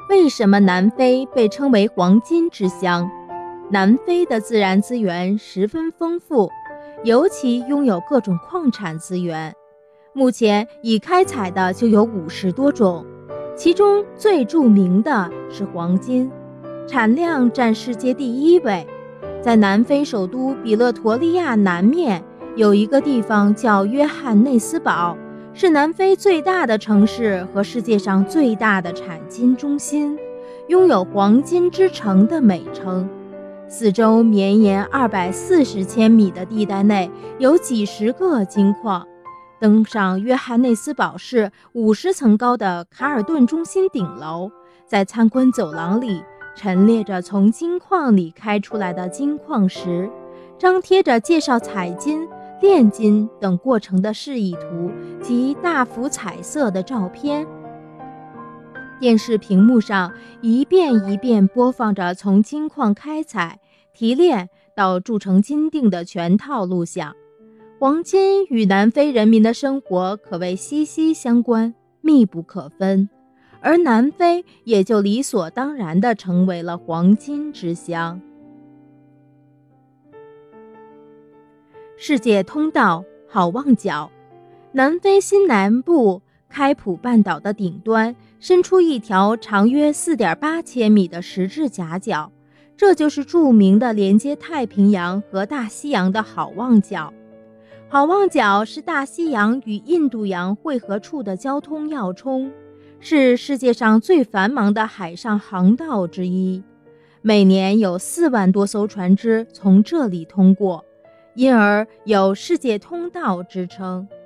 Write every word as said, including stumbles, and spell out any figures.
为什么南非被称为黄金之乡？南非的自然资源十分丰富，尤其拥有各种矿产资源，目前已开采的就有五十多种，其中最著名的是黄金，产量占世界第一位。在南非首都比勒陀利亚南面有一个地方叫约翰内斯堡，是南非最大的城市和世界上最大的产金中心，拥有黄金之城的美称。四周绵延二百四十千米的地带内有几十个金矿。登上约翰内斯堡市五十层高的卡尔顿中心顶楼，在参观走廊里陈列着从金矿里开出来的金矿石，张贴着介绍采金、炼金等过程的示意图及大幅彩色的照片。电视屏幕上一遍一遍播放着从金矿开采、提炼到铸成金锭的全套录像。黄金与南非人民的生活可谓息息相关，密不可分，而南非也就理所当然地成为了黄金之乡。世界通道好望角，南非西南部开普半岛的顶端伸出一条长约 四点八千米的十字夹角，这就是著名的连接太平洋和大西洋的好望角。好望角是大西洋与印度洋汇合处的交通要冲，是世界上最繁忙的海上航道之一，每年有四万多艘船只从这里通过，因而有世界通道之称。